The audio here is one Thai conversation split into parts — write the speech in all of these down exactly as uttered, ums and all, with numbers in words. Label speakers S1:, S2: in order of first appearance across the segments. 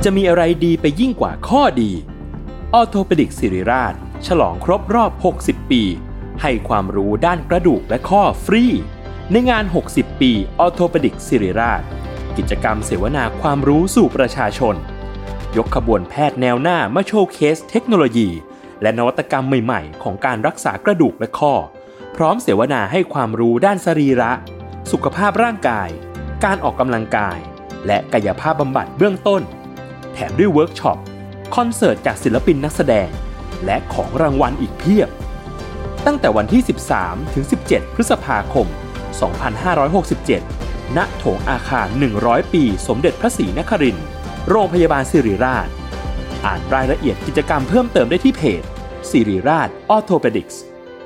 S1: จะมีอะไรดีไปยิ่งกว่าข้อดีออร์โธเปดิกศิริราชฉลองครบรอบหกสิบปีให้ความรู้ด้านกระดูกและข้อฟรีในงานหกสิบปีออร์โธเปดิกศิริราชกิจกรรมเสวนาความรู้สู่ประชาชนยกขบวนแพทย์แนวหน้ามาโชว์เคสเทคโนโลยีและนวัตกรรมใหม่ๆของการรักษากระดูกและข้อพร้อมเสวนาให้ความรู้ด้านสรีระสุขภาพร่างกายการออกกำลังกายและกายภาพบำบัดเบื้องต้นแถมด้วยเวิร์กช็อปคอนเสิร์ตจากศิลปินนักแสดงและของรางวัลอีกเพียบตั้งแต่วันที่สิบสามถึงสิบเจ็ดพฤษภาคมสองพันห้าร้อยหกสิบเจ็ดณโถงอาคารหนึ่งร้อยปีสมเด็จพระศรีนครินทร์โรงพยาบาลศิริราชอ่านรายละเอียดกิจกรรมเพิ่มเติมได้ที่เพจศิริราชออร์โธเปดิกส์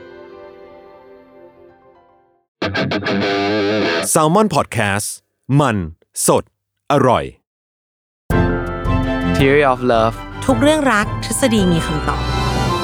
S2: Salmon Podcast มันสดอร่อย
S3: Theory of Love
S4: ทุกเรื่องรักทฤษฎีมีคำตอบ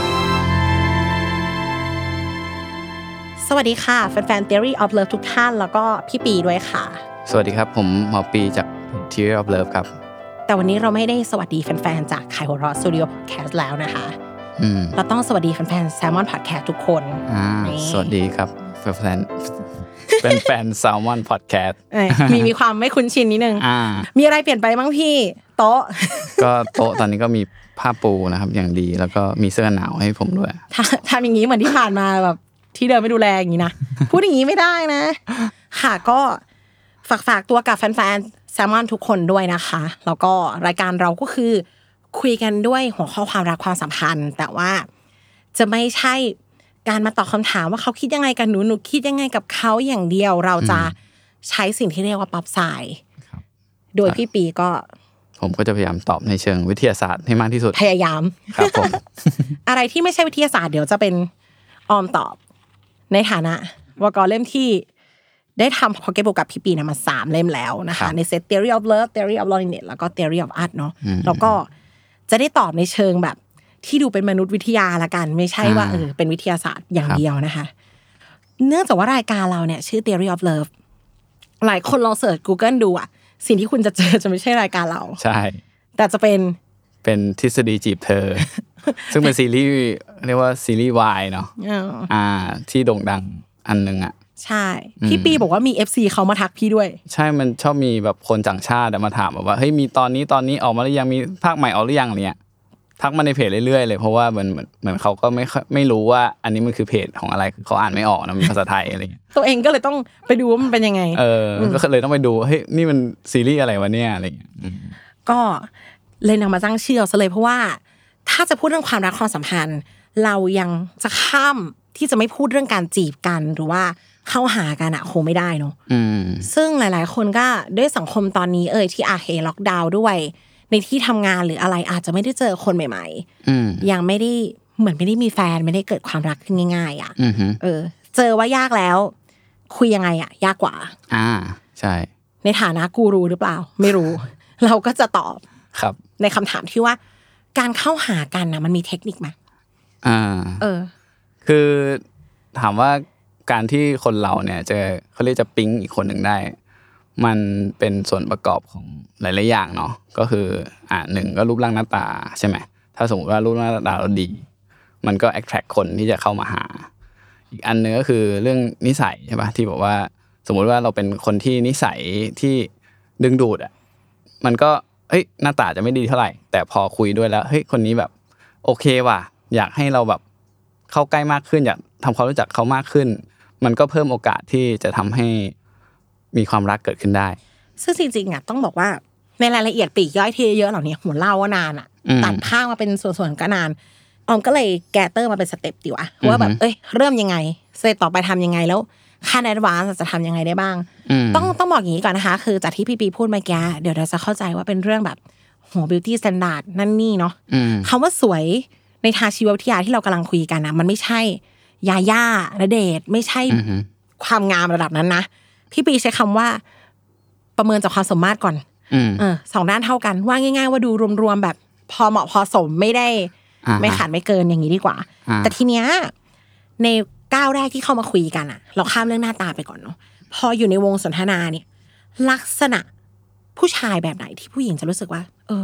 S4: สวัสดีค่ะแฟนๆ Theory of Love ทุกท่านแล้วก็พี่ปีด้วยค่ะ
S3: สวัสดีครับผมหมอปีจาก Theory of Love ครับ
S4: แต่วันนี้เราไม่ได้สวัสดีแฟนๆจากขายหัวเราะ Studio Podcast แล้วนะคะ
S3: อืม
S4: เราต้องสวัสดีแฟนๆ Salmon Podcast ทุกคน
S3: อ่าสวัสดีครับแฟนๆเป็นแฟน Salmon Podcast
S4: มีมีความไม่คุ้นชินนิดนึง
S3: อ่า
S4: มีอะไรเปลี่ยนไปบ้างพี่โต๊ะ
S3: ก็โต๊ะตอนนี้ก็มีผ้าปูนะครับอย่างดีแล้วก็มีเสื้อหนาวให้ผมด้วย
S4: ทำอย่างนี้เหมือนที่ผ่านมาแบบที่เดิมไม่ดูแลอย่างนี้นะพูดอย่างนี้ไม่ได้นะค่ะก็ฝากฝากตัวกับแฟนๆ Salmon ทุกคนด้วยนะคะแล้วก็รายการเราก็คือคุยกันด้วยหัวข้อความรักความสัมพันธ์แต่ว่าจะไม่ใช่การมาตอบคำถามว่าเขาคิดยังไงกับหนูหนูคิดยังไงกับเขาอย่างเดียวเราจะใช้สิ่งที่เรียกว่าป๊อปไซด์โดยพี่ปีก็
S3: ผมก็จะพยายามตอบในเชิงวิทยาศาสตร์ให้มากที่สุด
S4: พยายาม
S3: ครับผม
S4: อะไรที่ไม่ใช่วิทยาศาสตร์เดี๋ยวจะเป็นออมตอบในฐานะวกเล่มที่ได้ทำพอเก็ตบุ๊กกับพี่ปีนะมาสามเล่มแล้วนะคะในเซต Theory of Love Theory of Loneliness แล้วก็ Theory of Art เนาะแล้วก็จะได้ตอบในเชิงแบบที่ดูเป็นมนุษยวิทยาละกันไม่ใช่ว่าเออเป็นวิทยาศาสตร์อย่างเดียวนะคะเนื่องจากว่ารายการเราเนี่ยชื่อ Theory of Love หลายคนลองเสิร์ช Google ดูอะสิ่งที่คุณจะเจอจะไม่ใช่รายการเรา
S3: ใช่
S4: แต่จะเป็น
S3: เป็นทฤษฎีจีบเธอ ซึ่งเป็นซีรีส์เรียกว่าซีรีส์วายเนาะอ่าที่โด่งดังอันนึงอ่ะ
S4: ใช่พี่ปีบอกว่ามี เอฟ ซี เขามาทักพี่ด้วย
S3: ใช่มันชอบมีแบบคนต่างชาติมาถามแบบว่าเฮ้ยมีตอนนี้ตอนนี้ออกมาหรือยังมีภาคใหม่ออกหรือยังเนี่ยทักมาในเพจเรื่อยๆเลยเพราะว่าเหมือนเหมือนเขาก็ไม่ไม่รู้ว่าอันนี้มันคือเพจของอะไรเขาอ่านไม่ออกนะมันภาษาไทยอะไรเงี้ย
S4: ตัวเองก็เลยต้องไปดูว่ามันเป็นยังไง
S3: เออก็เลยต้องไปดูเฮ้ยนี่มันซีรีส์อะไรวะเนี่ยอะไรเงี้ย
S4: ก็เลยนำมาตั้งชื่อเอาซะเลยเพราะว่าถ้าจะพูดเรื่องความรักความสัมพันธ์เรายังจะข้ามที่จะไม่พูดเรื่องการจีบกันหรือว่าเข้าหากันอะคงไม่ได้เนาะซึ่งหลายๆคนก็ด้วยสังคมตอนนี้เอ่ยที่อาเคล็อกดาวน์ด้วยในที่ทำงานหรืออะไรอาจจะไม่ได้เจอคนใหม่ๆยังไม่ได้เหมือนไม่ได้มีแฟนไม่ได้เกิดความรักขึ้นง่ายๆอ่ะเออเจอว่ายากแล้วคุยยังไงอ่ะยากกว่า
S3: อ่าใช่
S4: ในฐานะกูรูหรือเปล่าไม่รู้ เราก็จะตอบ
S3: ครับ
S4: ในคำถามที่ว่าการเข้าหากันนะมันมีเทคนิคไหม
S3: อ่า
S4: เออ
S3: คือถามว่าการที่คนเราเนี่ยจะเขาเรียกจะปิ๊งอีกคนหนึ่งได้มันเป็นส่วนประกอบของหลายๆอย่างเนาะก็คืออ่าหนึ่งก็รูปร่างหน้าตาใช่ไหมถ้าสมมติว่ารูปร่างหน้าตาเราดีมันก็ attract คนที่จะเข้ามาหาอีกอันนึงก็คือเรื่องนิสัยใช่ป่ะที่บอกว่าสมมติว่าเราเป็นคนที่นิสัยที่ดึงดูดอ่ะมันก็เฮ้ยหน้าตาจะไม่ดีเท่าไหร่แต่พอคุยด้วยแล้วเฮ้ยคนนี้แบบโอเคว่ะอยากให้เราแบบเข้าใกล้มากขึ้นอยากทำความรู้จักเขามากขึ้นมันก็เพิ่มโอกาสที่จะทำให้มีความรักเกิดขึ้นได้
S4: ซึ่งจริงๆอ่ะต้องบอกว่าในรายละเอียดปลีกย่อยที่เยอะเหล่านี้หัวเล่าว่านานอ่ะตัดภาคมาเป็นส่วนๆก็นานออมก็เลยแกเตอร์มาเป็นสเต็ปดีวะว่าแบบเอ้ยเริ่มยังไงสเต็ปต่อไปทำยังไงแล้วขั้นแอดวานซ์จะทำยังไงได้บ้างต้องต้องบอกอย่างนี้ก่อนนะคะคือจากที่พี่ปีพูดเมื่อกี้เดี๋ยวเราจะเข้าใจว่าเป็นเรื่องแบบโหบิวตี้สแตนดาร์ดนั่นนี่เนาะคำว่าสวยในทางชีววิทยาที่เรากำลังคุยกันนะมันไม่ใช่ยาย่าณเดชน์ไม่ใช่ความงามระดับนั้นนะพี่ปีใช้คำว่าประเมินจากความสมมาตรก่อนเออสองด้านเท่ากันว่าง่ายๆว่าดูรวมๆแบบพอเหมาะพอสมไม่ได้ไม่ขาดไม่เกินอย่างนี้ดีกว่าแต่ทีเนี้ยในก้าวแรกที่เข้ามาคุยกันอ่ะเราข้ามเรื่องหน้าตาไปก่อนเนาะพออยู่ในวงสนทนาเนี่ยลักษณะผู้ชายแบบไหนที่ผู้หญิงจะรู้สึกว่าเออ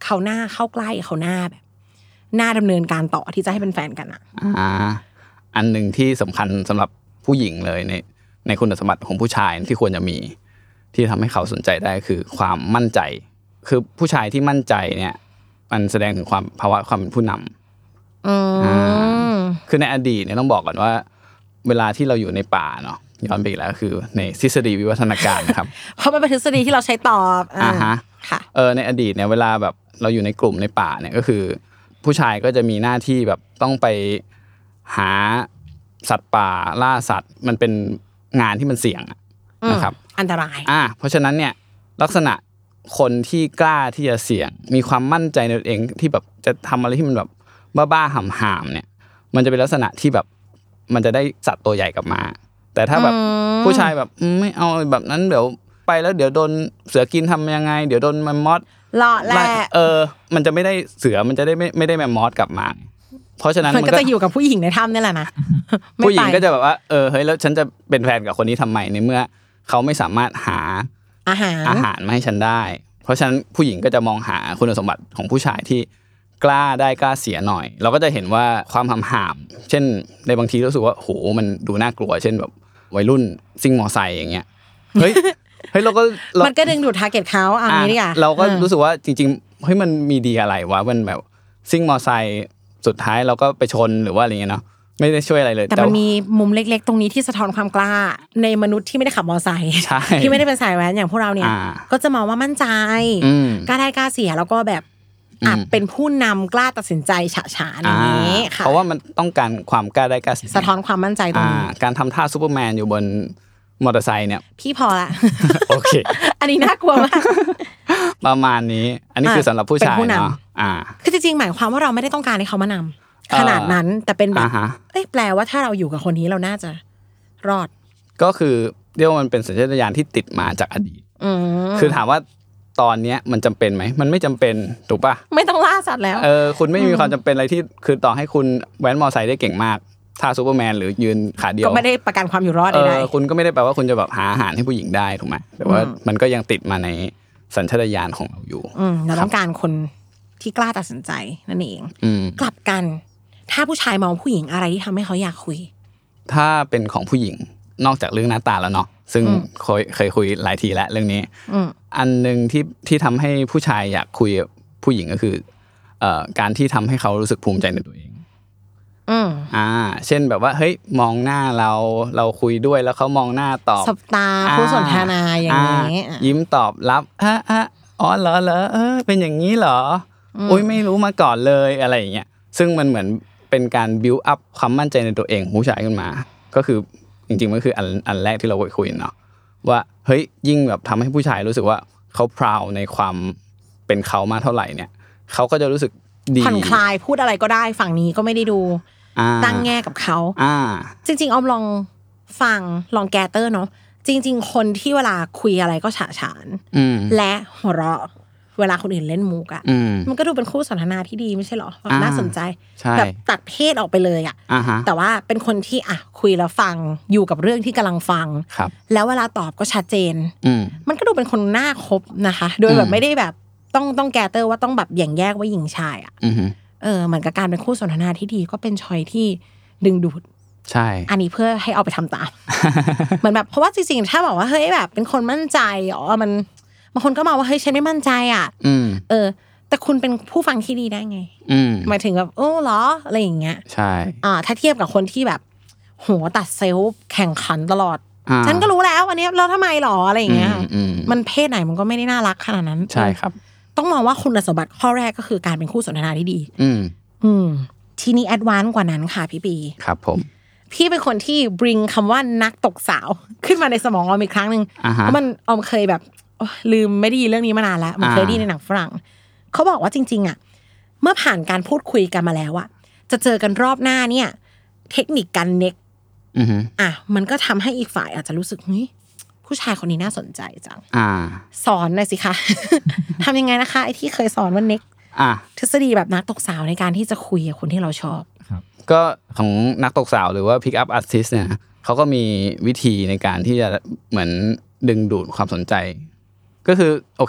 S4: เขาหน้าเข้าใกล้เขาหน้าแบบหน้าดำเนินการต่อที่จะให้เป็นแฟนกันอ่ะ
S3: อ่าอันนึงที่สำคัญสำหรับผู้หญิงเลยในในคุณสมบัติของผู้ชายที่ควรจะมีที่ทำให้เขาสนใจได้คือความมั่นใจคือผู้ชายที่มั่นใจเนี่ยมันแสดงถึงความภาวะความเป็นผู้นำอืมคือในอดีตเนี่ยต้องบอกก่อนว่าเวลาที่เราอยู่ในป่าเนาะย้อนไปอีกแล้วคือในทฤษฎีวิวัฒนาการนะครับ
S4: เพราะมันเป็นทฤษฎีที่เราใช้ตอบ
S3: อ่าฮะค่ะเออในอดีตเนี่ยเวลาแบบเราอยู่ในกลุ่มในป่าเนี่ยก็คือผู้ชายก็จะมีหน้าที่แบบต้องไปหาสัตว์ป่าล่าสัตว์มันเป็นงานที่มันเสี่ยงนะครับ
S4: อันตราย
S3: อ่าเพราะฉะนั้นเนี่ยลักษณะคนที่กล้าที่จะเสี่ยงมีความมั่นใจในตัวเองที่แบบจะทำอะไรที่มันแบบบ้าๆห่ามๆเนี่ยมันจะเป็นลักษณะที่แบบมันจะได้สัตว์ตัวใหญ่กลับมาแต่ถ้าแบบผู้ชายแบบไม่เอาแบบนั้นเดี๋ยวไปแล้วเดี๋ยวโดนเสือกินทำยังไงเดี๋ยวโดนแมมมอส
S4: หล่อแหละ
S3: เออมันจะไม่ได้เสือมันจะได้ไม่ไม่ได้แมมมอสกลับมาเพราะฉะนั้น
S4: มันก็จะอยู่กับผู้หญิงในถ้ำนี่แหละนะ
S3: ผู้หญิงก็จะแบบว่าเออเฮ้ยแล้วฉันจะเป็นแฟนกับคนนี้ทำไมในเมื่อเขาไม่สามารถหา
S4: อาหาร
S3: อาหารมาให้ฉันได้เพราะฉะนั้นผู้หญิงก็จะมองหาคุณสมบัติของผู้ชายที่กล้าได้กล้าเสียหน่อยเราก็จะเห็นว่าความหำหามเช่นในบางทีรู้สึกว่าโหมันดูน่ากลัวเช่นแบบวัยรุ่นซิ่งมอไซค์อย่างเงี้ยเฮ้ยเฮ้ยเราก็
S4: มันก็ดึงดูดทาร์เก็ตเขาเอางี้ดีกว่า
S3: เราก็รู้สึกว่าจริงๆเฮ้ยมันมีดีอะไรวะมันแบบซิ่งมอไซค์สุดท้ายเราก็ไปชนหรือว่าอะไรเงี้ยเนาะไม่ได้ช่วยอะไรเลย
S4: แต่มันมีมุมเล็กๆตรงนี้ที่สะท้อนความกล้าในมนุษย์ที่ไม่ได้ขับมอไซค์ที่ไม่ได้เป็นสายแว้นอย่างพวกเราเนี่ยก็จะมองว่ามั่นใจกล้าได้กล้าเสียแล้วก็แบบอ่ะเป็นผู้นำกล้าตัดสินใจฉะฉานอย่างนี้ค่ะ
S3: เพราะว่ามันต้องการความกล้าได้กล้าเสีย
S4: สะท้อนความมั่นใจตรงนี้
S3: การทำท่าซูเปอร์แมนอยู่บนมอเตอร์ไซค์เนี่ย
S4: พี่พอละ
S3: โอเค
S4: อันนี้น่ากลัวมาก
S3: ประมาณนี้อันนี้คือสำหรับผู้ชายเนาะอ่า
S4: คือจริงๆหมายความว่าเราไม่ได้ต้องการให้เขามานำขนาดนั้นแต่เป็นแบบเอ้ยแปลว่าถ้าเราอยู่กับคนนี้เราน่าจะรอด
S3: ก็คือเรียกว่ามันเป็นสัญชาตญาณที่ติดมาจากอดีตคือถามว่าตอนเนี้ยมันจำเป็นไหมมันไม่จำเป็นถูกป่ะ
S4: ไม่ต้องล่าสัตว์แล้ว
S3: เออคุณไม่มีความจำเป็นอะไรที่คือต่อให้คุณแว้นมอไซค์ได้เก่งมากท่าซูเปอร์แมนหรือยืนขาเดียว
S4: ก็ไม่ได้ประกันความอยู่รอดใด
S3: ๆคุณก็ไม่ได้แปลว่าคุณจะแบบหาอาหารให้ผู้หญิงได้ถูกไหมแต่ว่ามันก็ยังติดมาในสัญชาตญาณของเราอยู่
S4: เราต้องการคนที่กล้าตัดสินใจนั่นเองกลับกันถ้าผู้ชายมองผู้หญิงอะไรที่ทำให้เขาอยากคุย
S3: ถ้าเป็นของผู้หญิงนอกจากเรื่องหน้าตาแล้วเนาะซึ่งเคยเคยคุยหลายทีแล้วเรื่องนี้อันนึงที่ที่ทำให้ผู้ชายอยากคุยกับผู้หญิงก็คือเอ่อการที่ทำให้เขารู้สึกภูมิใจในตัวเอง
S4: อืม
S3: อ่าเช่นแบบว่าเฮ้ยมองหน้าเราเราคุยด้วยแล้วเขามองหน้าตอบ
S4: สบตาผู้สนทนาอย่างนี้
S3: ยิ้มตอบรับอ่ะอ่ะอ๋อเหรอเหรอเออเป็นอย่างนี้เหรอโอ๊ยไม่รู้มาก่อนเลยอะไรอย่างเงี้ยซึ่งมันเหมือนเป็นการบิวอัพความมั่นใจในตัวเองของผู้ชายขึ้นมาก็คือจริงๆมันคืออันอันแรกที่เราคุยเนาะว่าเฮ้ยยิ่งแบบทำให้ผู้ชายรู้สึกว่าเขาพราวในความเป็นเขามากเท่าไหร่เนี่ยเขาก็จะรู้สึกดี
S4: ผ่อนคลายพูดอะไรก็ได้ฝั่งนี้ก็ไม่ได้ดูตั้งแง่กับเขาจริงๆออมลองฟังลองแกเตอร์เนาะจริงๆคนที่เวลาคุยอะไรก็ฉะฉานและหัวเราะเวลาคนอื่นเล่นมุกอ่ะมันก็ดูเป็นคู่สนทนาที่ดีไม่ใช่หรอแบบน่าสนใจแบบตัดเพศออกไปเลยอ่ะแต่ว่าเป็นคนที่อ่ะคุยแล้วฟังอยู่กับเรื่องที่กำลังฟังแล้วเวลาตอบก็ชัดเจนมันก็ดูเป็นคนน่าคบนะคะโดยแบบไม่ได้แบบต้องต้องแกเตอร์ว่าต้องแบบแยกแยกว่าหญิงชายอ่ะเออเหมือนกับการเป็นคู่สนทนาที่ดีก็เป็นชอยที่ดึงดูด
S3: ใช่
S4: อันนี้เพื่อให้เอาไปทำตามเหมือนแบบเพราะว่าจริงๆถ้าบอกว่าเฮ้ยแบบเป็นคนมั่นใจอ๋อมันบางคนก็มองว่าเฮ้ยฉันไม่มั่นใจอ่ะเออแต่คุณเป็นผู้ฟังที่ดีได้ไงหมายถึงแบบโอ้เหรออะไรอย่างเงี้ย
S3: ใช่
S4: อ่าถ้าเทียบกับคนที่แบบโหตัดเซลล์แข่งขันตลอดฉันก็รู้แล้ววันนี้เราทำไมหรออะไรอย่างเงี้ยมันเพศไหนมันก็ไม่ได้น่ารักขนาดนั้น
S3: ใช่ครับ
S4: ต้องมองว่าคุณสมบัติข้อแรกก็คือการเป็นคู่สนทนาที่ดี
S3: อืม
S4: อืมทีนี้แอดวานซ์กว่านั้นค่ะพี่ปี
S3: ครับผม
S4: พี่เป็นคนที่ bring คำว่านักตกสาวขึ้นมาในสมองออมอีกครั้งนึงเพราะมันออมเคยแบบลืมไม่ได้ยินเรื่องนี้มานานแล้วมันเคยได้ยินในหนังฝรั่งเขาบอกว่าจริงๆอ่ะเมื่อผ่านการพูดคุยกันมาแล้วอ่ะจะเจอกันรอบหน้าเนี่ยเทคนิคการเน็กอ่ะมันก็ทำให้อีกฝ่ายอาจจะรู้สึกเฮ้ยผู้ชายคนนี้น่าสนใจจังสอนหน่อยสิคะ ทำยังไงนะคะไอ้ที่เคยสอนว่าเน็กทฤษฎีแบบนักตกสาวในการที่จะคุยกับคนที่เราชอบ
S3: ก็ของนักตกสาวหรือว่า pick up artist เนี่ยเขาก็มีวิธีในการที่จะเหมือนดึงดูดความสนใจก็คือโอเค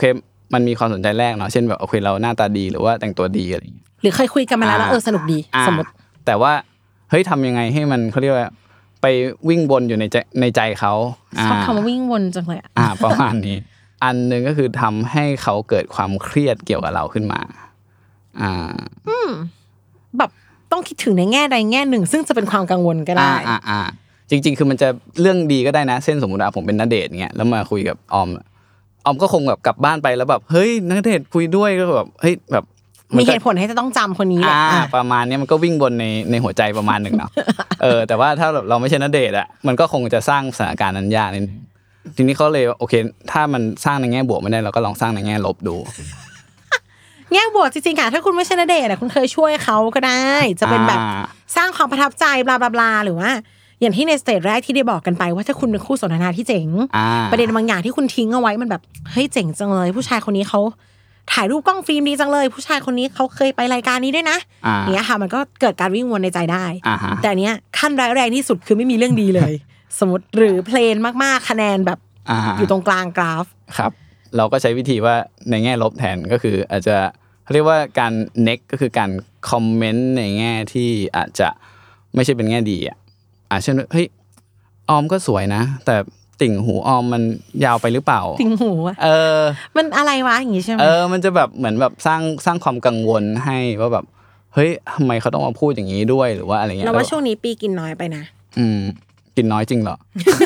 S3: มันมีความสนใจแรกเนาะเช่นแบบโอเคเราหน้าตาดีหรือว่าแต่งตัวดีอะไรอย่างเงี้ย
S4: หรือเคยคุยกันมาแล้วแล้วเออสนุกดีสมมติ
S3: แต่ว่าเฮ้ยทำยังไงให้มันเขาเรียกว่าไปวิ่งวนอยู่ในใจในใจเขา
S4: ชอบคำว่าวิ่งวนจังเลย
S3: อ่าประมาณนี้อันนึงก็คือทำให้เขาเกิดความเครียดเกี่ยวกับเราขึ้นมาอ่า
S4: อืมแบบต้องคิดถึงในแง่ใดแง่หนึ่งซึ่งจะเป็นความกังวลก็ได้
S3: อ่าอ่าจริงๆคือมันจะเรื่องดีก็ได้นะเช่นสมมุติว่าผมเป็นณเดชน์เงี้ยแล้วมาคุยกับออมออมก็คงแบบกลับบ้านไปแล้วแบบเฮ้ยณเดชน์คุยด้วยก็แบบเฮ้ยแบบ
S4: มีเหตุผลให้จะต้องจำคนนี้แหละ
S3: ประมาณนี้มันก็วิ่งบนในในหัวใจประมาณหนึ่งเนาะเออแต่ว่าถ้าเราไม่ใช่ณเดชน์อ่ะมันก็คงจะสร้างสถานการณ์นั้นยากนิดนึงทีนี้เขาเลยโอเคถ้ามันสร้างในแง่บวกไม่ได้เราก็ลองสร้างในแง่ลบดู
S4: แง่บวกจริงๆค่ะถ้าคุณไม่ใช่ณเดชน์คุณเคยช่วยเขาก็ได้จะเป็นแบบสร้างความประทับใจบลาบลาบลาหรือว่าอย่างที่ในสเตจแรกที่ได้บอกกันไปว่าถ้าคุณเป็นคู่สนทนาที่เจ๋งประเด็นบางอย่างที่คุณทิ้งเอาไว้มันแบบเฮ้ยเจ๋งจังเลยผู้ชายคนนี้เขาถ่ายรูปกล้องฟิล์มดีจังเลยผู้ชายคนนี้เขาเคยไปรายการนี้ด้วยนะเนี้ยค่ะมันก็เกิดการวิ่งวนในใจได้แต่เนี้ยขั้นร้ายแรงที่สุดคือไม่มีเรื่องดีเลยสมมติหรือเพลนมากๆคะแนนแบบอยู่ตรงกลางกราฟ
S3: ครับเราก็ใช้วิธีว่าในแง่ลบแทนก็คืออาจจะเรียกว่าการเน็กก็คือการคอมเมนต์ในแง่ที่อาจจะไม่ใช่เป็นแง่ดีอ่ะอ่ะเช่นเฮ้ยออมก็สวยนะแต่ติ่งหูออมมันยาวไปหรือเปล่า
S4: ติ่งหูเอ
S3: อ
S4: มันอะไรวะอย่างงี้ใช่มั้ย
S3: เออมันจะแบบเหมือนแบบสร้างสร้างความกังวลให้ว่าแบบเฮ้ยทำไมเขาต้องมาพูดอย่างนี้ด้วยหรือว่าอะไรเงี้ย
S4: เราว่าช่วงนี้ปีกินน้อยไปนะ
S3: อืมกินน้อยจริงเหรอ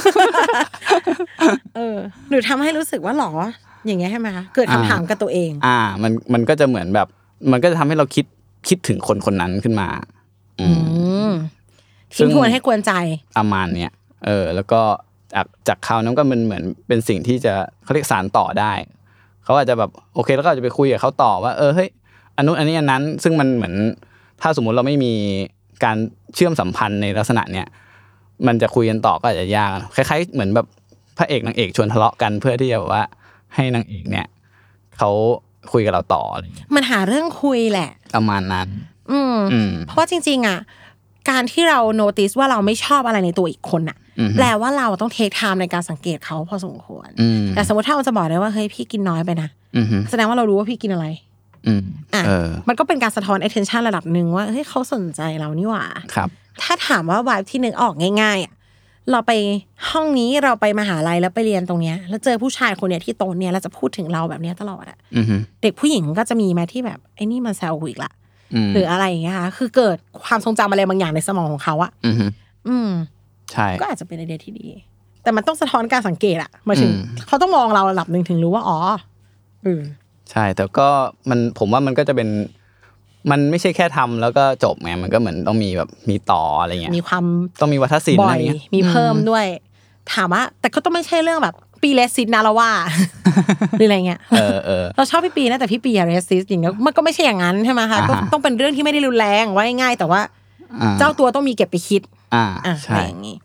S4: เออหรือทำให้รู้สึกว่าหรออย่างเงี้ยใช่มั้ยคะเกิดคำถามกับตัวเอง
S3: อ่ามันมันก็จะเหมือนแบบมันก็จะทำให้เราคิดคิดถึงคนคนนั้นขึ้นมา
S4: อืมทิ้งทวนให้กวนใจ
S3: ประมาณเนี้ยเออแล้วก็จากจากคราวนั้นก็มันเหมือนเป็นสิ่งที่จะเขาเรียกสานต่อได้เขาอาจจะแบบโอเคแล้วก็อาจจะไปคุยกับเขาต่อว่าเออเฮ้ยอันนู้นอันนี้อันนั้นซึ่งมันเหมือนถ้าสมมุติเราไม่มีการเชื่อมสัมพันธ์ในลักษณะเนี้ยมันจะคุยกันต่อก็อาจจะยากคล้ายๆเหมือนแบบพระเอกนางเอกชวนทะเลาะกันเพื่อที่จะแบบว่าให้นางเอกเนี่ยเขาคุยกับเราต่ออะไร
S4: มันหาเรื่องคุยแหละ
S3: ประมาณนั้น
S4: อืมเพราะว่าจริงๆอ่ะการที่เราโนติสว่าเราไม่ชอบอะไรในตัวอีกคนน่ะแปลว่าเราต้องเทคไทม์ในการสังเกตเขาพอสมควรแต่สมมติถ้าเราจะบอกได้ว่าเฮ้ยพี่กินน้อยไปนะแสดงว่าเรารู้ว่าพี่กินอะไรอ่ะมันก็เป็นการสะท้อน attention ระดับนึงว่าเฮ้ยเขาสนใจเรานี่หว่า
S3: ครับ
S4: ถ้าถามว่า vibe ที่นึกออกง่ายๆอ่ะเราไปห้องนี้เราไปมหาลัยแล้วไปเรียนตรงเนี้ยแล้วเจอผู้ชายคนเนี้ยที่โต๊ะเนี้ยเราจะพูดถึงเราแบบเนี้ยตลอดอ่ะเด็กผู้หญิงก็จะมีแม้ที่แบบไอ้นี่มันแซวกูอีกละหรืออะไรอย่างเงี้ยค่ะคือเกิดความทรงจำอะไรบางอย่างในสมองของเขาอ่ะอืม
S3: ใช่
S4: ก็อาจจะเป็นไอเดียที่ดีแต่มันต้องสะท้อนการสังเกตอะมาถึงเขาต้องมองเราระดับนึงถึงรู้ว่าอ๋อเออ
S3: ใช่แต่ก็มันผมว่ามันก็จะเป็นมันไม่ใช่แค่ทำแล้วก็จบไงมันก็เหมือนต้องมีแบบมีต่ออะไรเงี้ย
S4: มีความ
S3: ต้องมีวัฒนศิลป์อะไรเงี้ย
S4: มีเพิ่มด้วยถามว่าแต่ก็ต้องไม่ใช่เรื่องแบบปีเรสซิสนะเราว่าหรืออะไรเงี้ย
S3: เออเออ
S4: เราชอบพี่ปีนะแต่พี่ปีอะเรสซิสจริงแล้วมันก็ไม่ใช่อย่างนั้นใช่ไหมคะก็ต้องเป็นเรื่องที่ไม่ได้รุนแรงไว้ง่ายแต่ว่าเจ้าตัวต้องมีเก็บไปคิด
S3: อ่าใช่
S4: อย่างงี้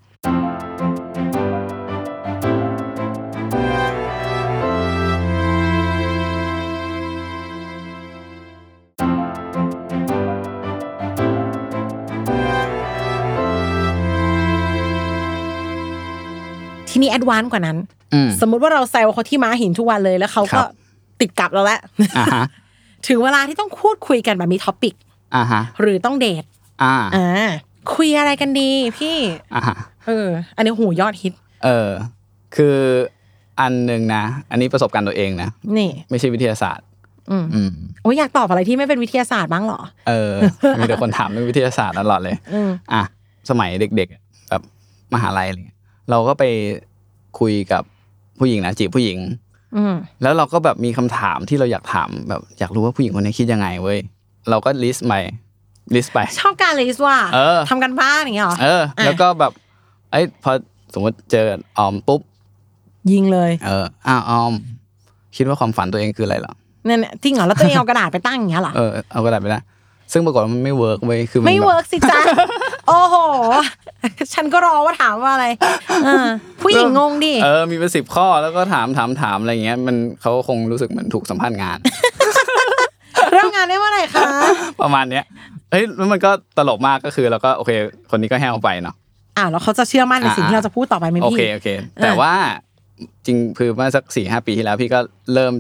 S4: ทีนี้แอดวานซ์กว่านั้นสมมุติว่าเราแซวเขาที่ม้าหินทุกวันเลยแล้วเขาก็ติดกับเราแล้วถึงเวลาที่ต้องพูดคุยกันแบบมีท็อปิกหรือต้องเดทอ่าคุยอะไรกันดีพี่เอออันนี้หูยอดฮิต
S3: เออคืออันนึงนะอันนี้ประสบการณ์ตัวเองนะ
S4: นี่
S3: ไม่ใช่วิทยาศาสตร์
S4: อืมอืมโอ้ยอยากตอบอะไรที่ไม่เป็นวิทยาศาสตร์บ้างหรอ
S3: เออมีแต่คนถามเรื่องวิทยาศาสตร์ตลอดเลยอ่ะสมัยเด็กๆแบบมหาลัยอะไรเงี้ยเราก็ไปคุยกับผู้หญิงนะจีบผู้หญิงแล้วเราก็แบบมีคำถามที่เราอยากถามแบบอยากรู้ว่าผู้หญิงคนนี้คิดยังไงเว้ยเราก็ลิสต์ไปลิสต์ไป
S4: ชอบการลิสต์ว่าทำกันบ้านอย่างเงี้ยหรอ
S3: เออแล้วก็แบบไอ้พอสมมติเจอออมปุ๊บ
S4: ยิงเลย
S3: เอออ้าวออมคิดว่าความฝันตัวเองคืออะไรหรอ
S4: เนี่ยจริงเหรอแล้วตัวเองเอากระดาษไปตั้งอย่างเงี้ยหรอ
S3: เออเอากระดาษไปนะซึ่งปรากฏว่ามันไม่เวิร์กเว้ยคือ
S4: ไม่เวิร์กสิจ๊ะโอ้โหฉันก็รอว่าถามว่าอะไรผู้หญิงงงดิ
S3: เออมีเป็นสิบข้อแล้วก็ถามถามถามอะไรเงี้ยมันเขาคงรู้สึกเหมือนถูกสัมภาษณ์งาน
S4: เริ่มงานได้เมื่อไหร่คะ
S3: ประมาณเนี้ยเฮ้ยแล้วมันก็ตลกมากก็คือเราก็โอเคคนนี้ก็แห้วไปเนาะ
S4: อ่าแล้วเขาจะเชื่อมั่นในสิ่งที่เราจะพูดต่อไปไหมพี่
S3: โอเคโอเคแต่ว่าจริงคือเมื่อสัก สี่ห้า ปีที่แล้วพี่ก็เริ่มจัด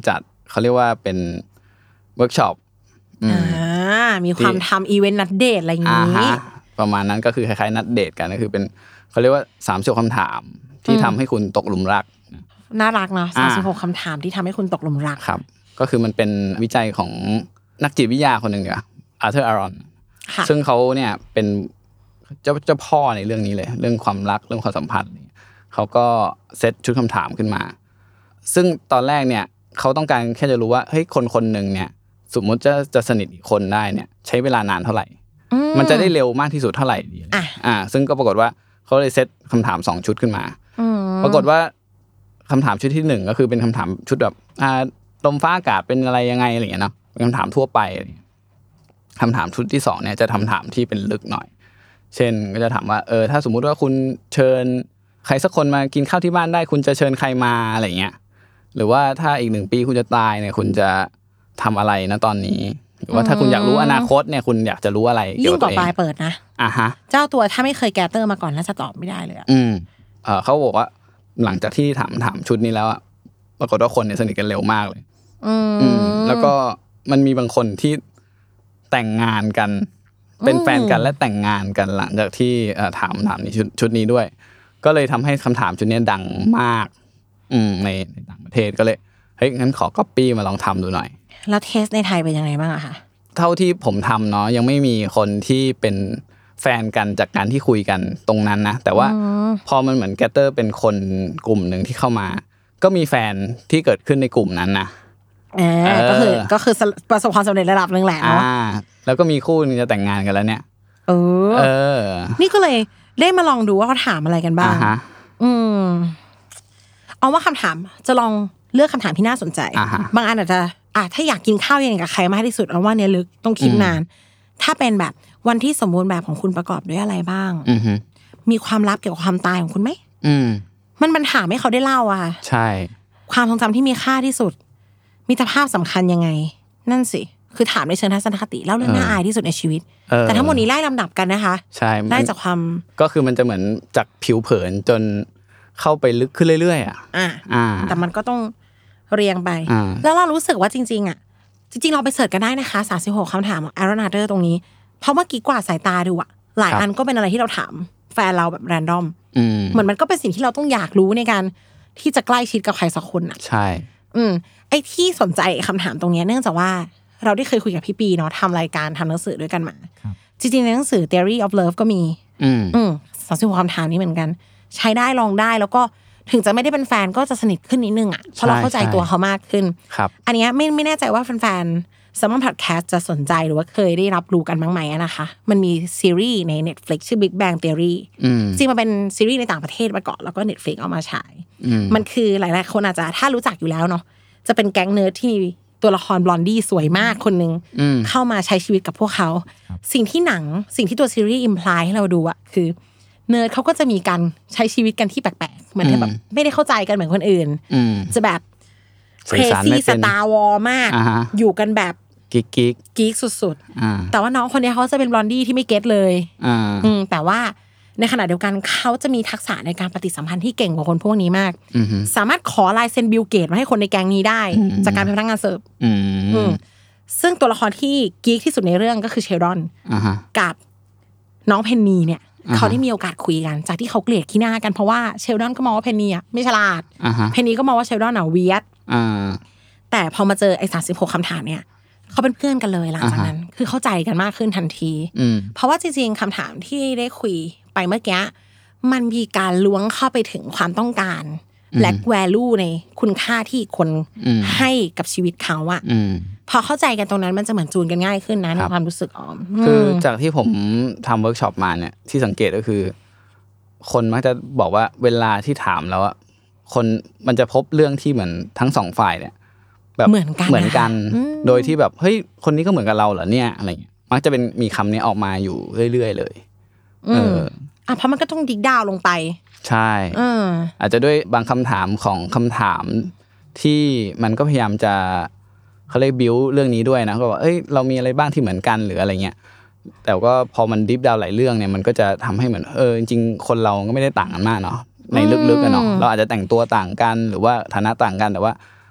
S3: เขาเรียกว่าเป็นเวิร์กช็อป
S4: อ่ามีความทำอีเวนต์นัดเดทอะไรอย่างนี้
S3: ประมาณนั้นก็คือคล้ายๆนัดเดทกันก็คือเป็นเขาเรียกว่าสามสิบคำถามที่ทำให้คุณตกหลุมรัก
S4: น่ารักเนาะสามสิบหกคำถามที่ทำให้คุณตกหลุมรัก
S3: ครับก็คือมันเป็นวิจัยของนักจิตวิทยาคนหนึ่งเนี่ยอาร์เธอร์อารอนซึ่งเขาเนี่ยเป็นเจ้าเจ้าพ่อในเรื่องนี้เลยเรื่องความรักเรื่องความสัมพันธ์เขาก็เซตชุดคำถามขึ้นมาซึ่งตอนแรกเนี่ยเขาต้องการแค่จะรู้ว่าเฮ้ยคนคนหนึ่งเนี่ยสมมติจะจะสนิทอีกคนได้เนี่ยใช้เวลานานเท่าไหร่มันจะได้เร็วมากที่สุดเท่าไหร่ดีอ่าซึ่งก็ปรากฏว่าเขาเลยเซตคำถามสองชุดขึ้นมาปรากฏว่าคำถามชุดที่หนึ่งก็คือเป็นคำถามชุดแบบอ่าลมฟ้าอากาศเป็นอะไรยังไงอะไรอย่างเงี้ยเนาะเป็นคำถามทั่วไปคำถามชุดที่สองเนี่ยจะคำถามที่เป็นลึกหน่อยเช่นก็จะถามว่าเออถ้าสมมุติว่าคุณเชิญใครสักคนมากินข้าวที่บ้านได้คุณจะเชิญใครมาอะไรเงี้ยหรือว่าถ้าอีกหนึ่งปีคุณจะตายเนี่ยคุณจะทำอะไรนะตอนนี้หรือว่าถ้าคุณอยากรู้อนาคตเนี่ยคุณอยากจะรู้อะไร
S4: เกี่ยวกับตัวเองยิ่งต่อไปเปิดนะ
S3: อ่ะฮะ
S4: เจ้าตัวถ้าไม่เคยแกเตอร์มาก่อนน่าจะตอบไม่ได้เลย
S3: อืมเออเขาบอกว่าหลังจากที่ถามถามชุดนี้แล้วอะปรากฏว่าคนเนี่ยสนิทกันเร็วมากเลย
S4: อืม
S3: แล้วก็มันมีบางคนที่แต่งงานกันเป็นแฟนกันและแต่งงานกันหลังจากที่ถามถามนี้ชุดชุดนี้ด้วยก็เลยทำให้คำถามชุดนี้ดังมากอืมในในต่างประเทศก็เลยเฮ้ยงั้นขอก๊อปปี้มาลองทำดูหน่อย
S4: แล้วเทสในไทยเป็นยังไงบ้างอะคะ
S3: เท่าที่ผมทำเนาะยังไม่มีคนที่เป็นแฟนกันจากการที่คุยกันตรงนั้นนะแต่ว่าพอมันเหมือนแกตเตอร์เป็นคนกลุ่มหนึ่งที่เข้ามาก็มีแฟนที่เกิดขึ้นในกลุ่มนั้นนะ
S4: เออก็คือก็คือประสบความสำเร็จระดับนึงแหละเนาะ
S3: แล้วก็มีคู่นึงจะแต่งงานกันแล้วเนี่ย
S4: เออเออนี่ก็เลยได้มาลองดูว่าเขาถามอะไรกันบ้างอืมเอาว่าคำถามจะลองเลือกคำถามที่น่าสนใจบางอันอาจจะอ่ะถ้าอยากกินข้าวเย็นกับใครมากที่สุดเอาว่าเนี่ยลึกต้องคิดนานถ้าเป็นแบบวันที่สมบูรณ์แบบของคุณประกอบด้วยอะไรบ้างมีความลับเกี่ยวกับความตายของคุณไหมมันมันถามให้เขาได้เล่าอ่ะ
S3: ใช่
S4: ความทรงจำที่มีค่าที่สุดมิตรภาพสำคัญยังไงนั่นสิคือถามในเชิงทัศนคติเล่าเรื่องน่าอายที่สุดในชีวิตแต่ทั้งหมดนี้ไล่ลำดับกันนะคะ
S3: ใช่
S4: ได้จากความ
S3: ก็คือมันจะเหมือนจากผิวเผินจนเข้าไปลึกขึ้นเรื่อยๆอ่ะ
S4: อ่าแต่มันก็ต้องเรียงไปแล้วเรารู้สึกว่าจริงๆอ่ะจริงๆเราไปเสิร์ชกันได้นะคะสามสิบหกคำถามของ Aaron Adler ตรงนี้เพราะเมื่อกี้กวาดสายตาดูอ่ะหลายอันก็เป็นอะไรที่เราถามแฟนเราแบบแรนดอมเหมือนมันก็เป็นสิ่งที่เราต้องอยากรู้ในการที่จะใกล้ชิดกับใครสักคนอ่ะ
S3: ใช่
S4: อืมไอ้ที่สนใจคำถามตรงนี้เนื่องจากว่าเราได้เคยคุยกับพี่ปีเนาะทำรายการทำหนังสือด้วยกันมาจริงๆในหนังสือ Theory of Love ก็มี
S3: อืม
S4: อืมสามสิบหกคำถามนี้เหมือนกันใช้ได้ลองได้แล้วก็ถึงจะไม่ได้เป็นแฟนก็จะสนิทขึ้นนิดนึงอ่ะเพราะเราเข้าใจตัวเขามากขึ้นอันนี้ไม่ไม่แน่ใจว่าแฟนๆ Salmon Podcast จะสนใจหรือว่าเคยได้รับรู้กันบ้างไหมนะคะมันมีซีรีส์ใน Netflix ชื่อ Big Bang Theory จริงมันเป็นซีรีส์ในต่างประเทศมาก่อนแล้วก็ Netflix เอามาฉายมันคือหลายๆคนอาจจะถ้ารู้จักอยู่แล้วเนาะจะเป็นแก๊งเนิร์ดที่มีตัวละครบลอนดี้สวยมากคนนึงเข้ามาใช้ชีวิตกับพวกเขาสิ่งที่หนังสิ่งที่ตัวซีรีส์อิมพลายให้เราดูอะคือเนิร์ดเขาก็จะมีการใช้ชีวิตกันที่แปลกๆเหมือนแบบไม่ได้เข้าใจกันเหมือนคนอื่นจะแบบเครซี่สตาร์วอร์มากอยู่กันแบบ
S3: กิ๊กกิ๊ก
S4: กิ๊กสุดๆแต่ว่าน้องคนนี้เขาจะเป็นบลอนดี้ที่ไม่เก็ตเลยแต่ว่าในขณะเดียวกันเขาจะมีทักษะในการปฏิสัมพันธ์ที่เก่งกว่าคนพวกนี้มากสามารถขอลายเซ็นบิลเกตมาให้คนในแก๊งนี้ได้จากการเป็นพนักงานเสิร์ฟซึ่งตัวละครที่กิ๊กที่สุดในเรื่องก็คือเชลดอนกับน้องเพนนีเนี่ยเขาได้มีโอกาสคุยกันจากที่เขาเกลียดขี้หน้ากันเพราะว่าเชลดอนก็มองว่าเพนนีอ่ะไม่ฉลาดเพนนีก็มองว่าเชลดอนอ่ะเวียดแต่พอมาเจอไอ้สามสิบหกคำถามเนี่ยเขาเป็นเพื่อนกันเลยหลังจากนั้นคือเข้าใจกันมากขึ้นทันทีเพราะว่าจริงๆคำถามที่ได้คุยไปเมื่อกี้มันมีการล้วงเข้าไปถึงความต้องการและ value ในคุณค่าที่คนให้กับชีวิตเขาอะพอเข้าใจกันตรงนั้นมันจะเหมือนจูนกันง่ายขึ้นนะในความรู้สึกออม
S3: คือจากที่ผมทำเวิร์กช็อปมาเนี่ยที่สังเกตก็คือคนมักจะบอกว่าเวลาที่ถามแล้วอะคนมันจะพบเรื่องที่เหมือนทั้งสองฝ่ายเนี่ยแบบ
S4: เหมือนกัน
S3: เหมือนกันโดยที่แบบเฮ้ยคนนี้ก็เหมือนกับเราเหรอเนี่ยอะไรเงี้ยมักจะเป็นมีคำนี้ออกมาอยู่เรื่อยๆเลย
S4: เอออ่ะเพราะมันก็ต้องดิกดาวลงไป
S3: ใช่อาจจะด้วยบางคำถามของคำถามที่มันก็พยายามจะเขาเรียกบิวเรื่องนี้ด้วยนะก็ว่าเอ้ยเรามีอะไรบ้างที่เหมือนกันหรืออะไรเงี้ยแต่ก็พอมันดิฟดาวหลายเรื่องเนี่ยมันก็จะทำให้เหมือนเออจริงๆคนเราก็ไม่ได้ต่างกันมากเนาะในลึกๆกันเนาะเราอาจจะแต่งตัวต่างกันหรือว่าฐานะต่างกันแต่ว่า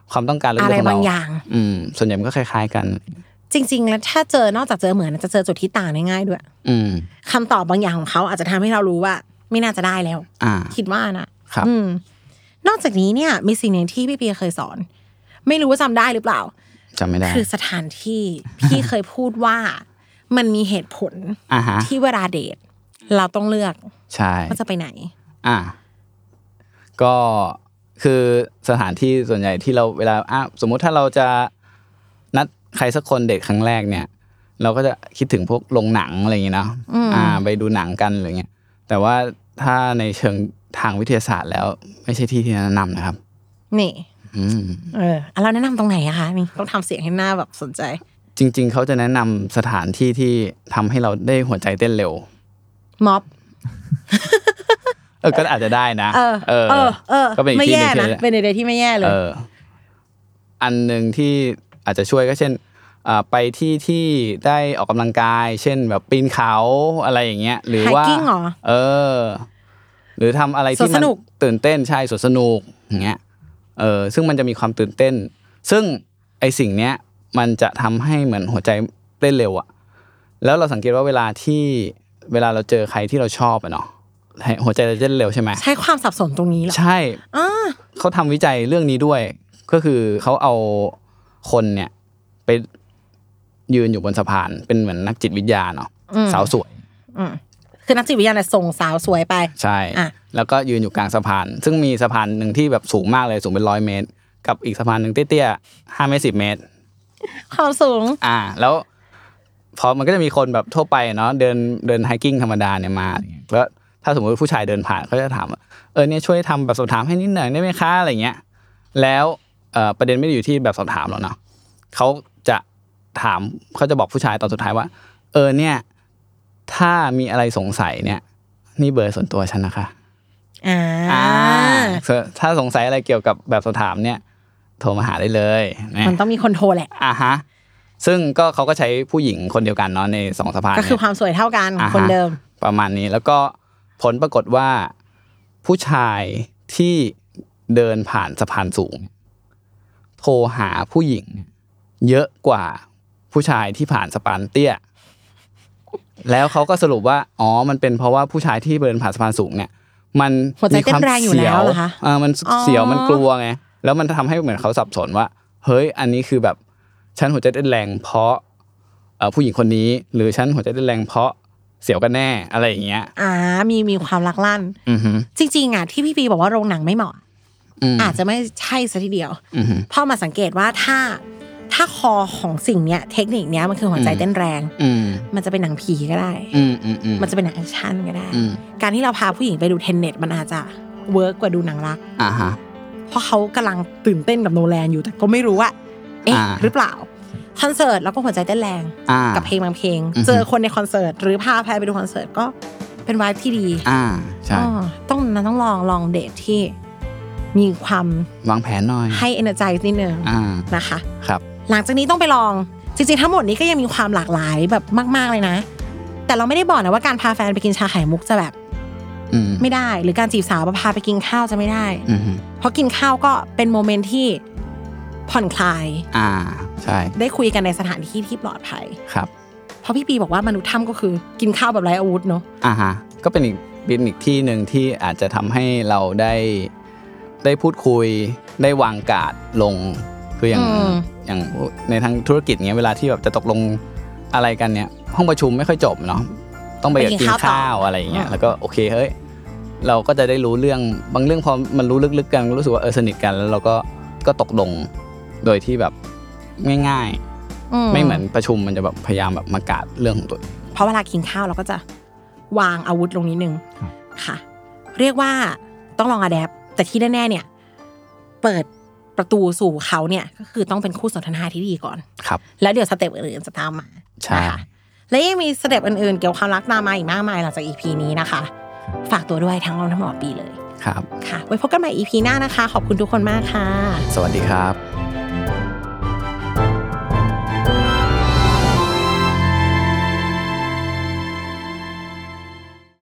S3: ความต้องการลึกๆของเราอะไรบางอย่างอืมส่วนใหญ่มันก็คล้ายๆกัน
S4: จริงๆแล้วถ้าเจอนอกจากเจอเหมือนจะเจอจุดที่ต่างง่ายๆด้วย
S3: อืม
S4: คำตอบบางอย่างของเขาอาจจะทำให้เรารู้ว่าไม่น่าจะได้แล้วคิดว่านะครับอืมนอกจากนี้เนี่ยมีสิ่งหนึ่งที่พี่ปีเคยสอนไม่รู้ว่าจำได้หรือเปล่า
S3: จำไม่ได้
S4: คือสถานที่พี่เคยพูดว่ามันมีเหตุผลที่เวลาเดทเราต้องเลือก
S3: ใช่
S4: ว่าจะไปไหน
S3: อ่าก็คือสถานที่ส่วนใหญ่ที่เราเวลาอ่ะสมมุติถ้าเราจะนัดใครสักคนเดทครั้งแรกเนี่ยเราก็จะคิดถึงพวกโรงหนังอะไรอย่างเงี้ยเนาะอ่าไปดูหนังกันอะไรเงี้ยแต่ว่าถ้าในเชิงทางวิทยาศาสตร์แล้วไม่ใช่ที่ที่แนะนำนะครับ
S4: นี่เออเราแนะนำตรงไหนอะคะนี่ต้องทำเสียงให้หน้าแบบสนใจ
S3: จริงๆเขาจะแนะนำสถานที่ที่ทำให้เราได้หัวใจเต้นเร็ว
S4: ม็อบ
S3: เออก็อาจจะได้นะ
S4: เออเออเออ
S3: ก็เป็นอีกที่นึง
S4: เป็นไอเดียที่ไม่แย่เลย
S3: เอออันนึงที่อาจจะช่วยก็เช่นอ่าไปที่ที่ได้ออกกำลังกายเช่นแบบปีนเขาอะไรอย่างเงี้ยหรือว่าเออหรือทำอะไรที่มันตื่นเต้นใช่สวนสนุกอย่างเงี้ยเออซึ่งมันจะมีความตื่นเต้นซึ่งไอสิ่งเนี้ยมันจะทำให้เหมือนหัวใจเต้นเร็วอะแล้วเราสังเกตว่าเวลาที่เวลาเราเจอใครที่เราชอบอะเนาะหัวใจจะเต้นเร็วใช่ไหม
S4: ใช่ความสับสนตรงนี้เหรอ
S3: ใช่เขาทำวิจัยเรื่องนี้ด้วยก็คือเขาเอาคนเนี่ยไปยืนอยู่บนสะพานเป็นเหมือนนักจิตวิทยาเนาะสาวสวย
S4: คือนักจิตวิทยาเนี่ยส่งสาวสวยไป
S3: ใช่แล้วก็ยืนอยู่กลางสะพานซึ่งมีสะพานหนึ่งที่แบบสูงมากเลยสูงเป็นร้อยเมตรกับอีกสะพานหนึ่งเตี้ยๆห้าเมตรสิบเมตร
S4: ความสูง
S3: อ่าแล้วพอมันก็จะมีคนแบบทั่วไปเนาะเดินเดินไฮกิ้งธรรมดาเนี่ยมาแล้วถ้าสมมติผู้ชายเดินผ่านเขาจะถามเออเนี่ยช่วยทำแบบสอบถามให้นิดหน่อยได้ไหมคะอะไรเงี้ยแล้วเอ่อประเด็นไม่ได้อยู่ที่แบบสอบถามหรอกเนาะเขาจะถามเขาจะบอกผู้ชายตอนสุดท้ายว่าเออเนี่ยถ้ามีอะไรสงสัยเนี่ยนี่เบอร์ส่วนตัวฉันนะคะ
S4: อ่า
S3: ถ้าสงสัยอะไรเกี่ยวกับแบบสอบถามเนี่ยโทรมาหาได้เลย
S4: มันต้องมีคนโทรแหละ
S3: อ่าฮะซึ่งก็เขาก็ใช้ผู้หญิงคนเดียวกันเนาะในสองสะพาน
S4: ก็คือความสวยเท่ากันคนเดิม
S3: ประมาณนี้แล้วก็ผลปรากฏว่าผู้ชายที่เดินผ่านสะพานสูงโทรหาผู้หญิงเยอะกว่าผู้ชายที่ผ่านสะพานเตี้ยแล้วเขาก็สรุปว่าอ๋อมันเป็นเพราะว่าผู้ชายที่เดินผ่านสะพานสูงเนี่ยมัน
S4: มีความเสียว
S3: อ่ามันเสียวมันกลัวไงแล้วมันทำให้เหมือนเขาสับสนว่าเฮ้ยอันนี้คือแบบฉันหัวใจเต้นแรงเพราะเอ่อผู้หญิงคนนี้หรือฉันหัวใจเต้นแรงเพราะเสียวกันแน่อะไรอย่างเงี้ย
S4: อ่ามีมีความลักลั่นจริงๆอ่ะที่พี่ปีบอกว่าโรงหนังไม่เหมาะอาจจะไม่ใช่ซะทีเดียวเพราะมาสังเกตว่าถ้าถ้าคอของสิ่งเนี้ยเทคนิคเนี้ยมันคือหัวใจเต้นแรงมันจะเป็นหนังผีก็ได้มันจะเป็นหนังแอคชั่นก็ได้การที่เราพาผู้หญิงไปดูเทนเน็ตมันอาจจะเวิร์กกว่าดูหนังรัก
S3: อ่าฮะ
S4: เพราะเขากำลังตื่นเต้นกับโนแลนอยู่แต่ก็ไม่รู้ว่าเอ๊ะหรือเปล่าคอนเสิร์ตแล้วก็หัวใจเต้นแรงกับเพลงบางเพลงเจอคนในคอนเสิร์ตหรือพาแพรไปดูคอนเสิร์ตก็เป็นไวบ์ที่ดี
S3: อ่าใช่
S4: ต้องนั้นต้องลองลองเดทที่มีความ
S3: วางแผนหน่อย
S4: ให้ energize นิดนึงนะคะ
S3: ครับ
S4: หลังจากนี้ต้องไปลองจริงๆทั้งหมดนี้ก็ยังมีความหลากหลายแบบมากๆเลยนะแต่เราไม่ได้บอกนะว่าการพาแฟนไปกินชาไข่มุกจะแบบไม่ได้หรือการจีบสาวพาไปกินข้าวจะไม่ได้เพราะกินข้าวก็เป็นโมเมนต์ที่ผ่อนคลาย
S3: อ่าใช่
S4: ได้คุยกันในสถานที่ที่ปลอดภัย
S3: ครับ
S4: เพราะพี่ปีบอกว่ามนุษย์ถ้ำก็คือกินข้าวแบบไร้อาวุธเนาะ
S3: อ่าฮะก็เป็นอีกเป็นอีกที่นึงที่อาจจะทำให้เราได้ได้พูดคุยได้วางการ์ดลงคืออย่างอย่างในทางธุรกิจเงี้ยเวลาที่แบบจะตกลงอะไรกันเนี่ยห้องประชุมไม่ค่อยจบเนาะต้องไปกินข้าวอะไรอย่างเงี้ยแล้วก็โอเคเฮ้ยเราก็จะได้รู้เรื่องบางเรื่องพอมันรู้ลึกๆกันรู้สึกว่าเออสนิทกันแล้วเราก็ก็ตกลงโดยที่แบบง่ายๆไม่เหมือนประชุมมันจะแบบพยายามแบบมากาดเรื่องของตัว
S4: เพราะเวลากินข้าวเราก็จะวางอาวุธลงนิดนึงค่ะเรียกว่าต้องลองอะแดปแต่ที่แน่ๆเนี่ยเปิดประตูสู่เขาเนี่ยก็คือต้องเป็นคู่สนทนาที่ดีก่อน
S3: ครับ
S4: แล้วเดี๋ยวสเต็ปอื่นๆจะตามมา
S3: ใช่
S4: และยังมีสเต็ปอื่นๆเกี่ยวกับความรักตามมาอีกมากมายหลังจาก อี พี นี้นะคะฝากตัวด้วยทั้งเราทั้งหมอปีเลย
S3: ครับ
S4: ค่ะไว้พบกันใหม่ อี พี หน้านะคะขอบคุณทุกคนมากค่ะ
S3: สวัสดีครับ